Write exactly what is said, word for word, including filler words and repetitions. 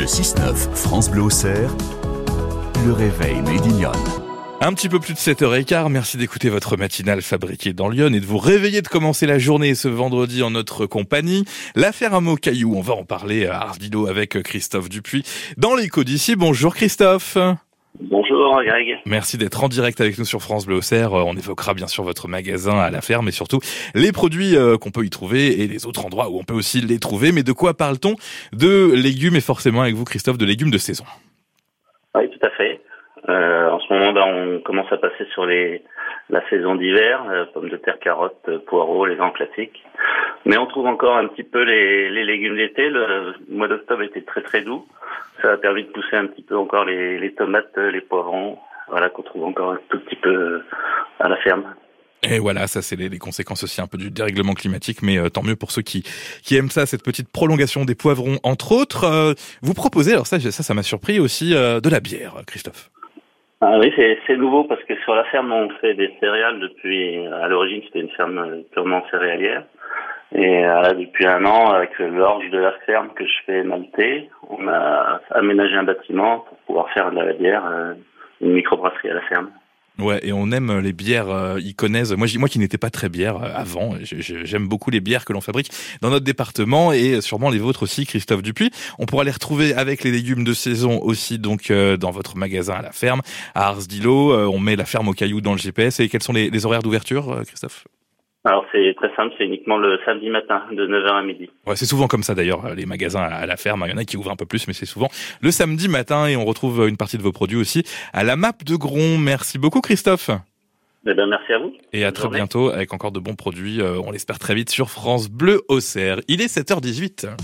Le six neuf, France Bleu Auxerre, le réveil Made in Lyon. Un petit peu plus de sept heures quinze, merci d'écouter votre matinale fabriquée dans Lyon et de vous réveiller, de commencer la journée ce vendredi en notre compagnie. L'affaire Hameau Caillou, on va en parler à Ardilo avec Christophe Dupuis dans l'écho d'ici. Bonjour Christophe. Bonjour Greg. Merci d'être en direct avec nous sur France Bleu Auxerre. On évoquera bien sûr votre magasin à la ferme et surtout les produits qu'on peut y trouver et les autres endroits où on peut aussi les trouver. Mais de quoi parle-t-on? De légumes et forcément avec vous Christophe, de légumes de saison. Oui, tout à fait. Euh, en ce moment, ben, on commence à passer sur les la saison d'hiver, euh, pommes de terre, carottes, euh, poireaux, les grands classiques. Mais on trouve encore un petit peu les, les légumes d'été. Le, le mois d'octobre était très très doux. Ça a permis de pousser un petit peu encore les, les tomates, les poivrons, voilà, qu'on trouve encore un tout petit peu à la ferme. Et voilà, ça c'est les, les conséquences aussi un peu du dérèglement climatique, mais euh, tant mieux pour ceux qui qui aiment ça, cette petite prolongation des poivrons entre autres. Euh, vous proposez, alors ça, ça, ça m'a surpris aussi, euh, de la bière, Christophe. Ah oui, c'est, c'est nouveau parce que sur la ferme, on fait des céréales depuis, à l'origine, c'était une ferme purement céréalière. Et là, depuis un an, avec l'orge de la ferme que je fais malter, on a aménagé un bâtiment pour pouvoir faire de la bière, une microbrasserie à la ferme. Ouais, et on aime les bières euh, iconaises. Moi, moi qui n'étais pas très bière euh, avant, j'aime beaucoup les bières que l'on fabrique dans notre département et sûrement les vôtres aussi, Christophe Dupuis. On pourra les retrouver avec les légumes de saison aussi, donc euh, dans votre magasin à la ferme, à Ardilo. Euh, on met la ferme au caillou dans le G P S. Et quels sont les, les horaires d'ouverture, euh, Christophe? Alors c'est très simple, c'est uniquement le samedi matin, de neuf heures à midi. Ouais, c'est souvent comme ça d'ailleurs, les magasins à la ferme. Il y en a qui ouvrent un peu plus, mais c'est souvent le samedi matin et on retrouve une partie de vos produits aussi à la Map de Gron. Merci beaucoup Christophe. Eh ben, merci à vous. Et à très bientôt avec encore de bons produits, euh, on l'espère très vite sur France Bleu Auxerre. Il est sept heures dix-huit.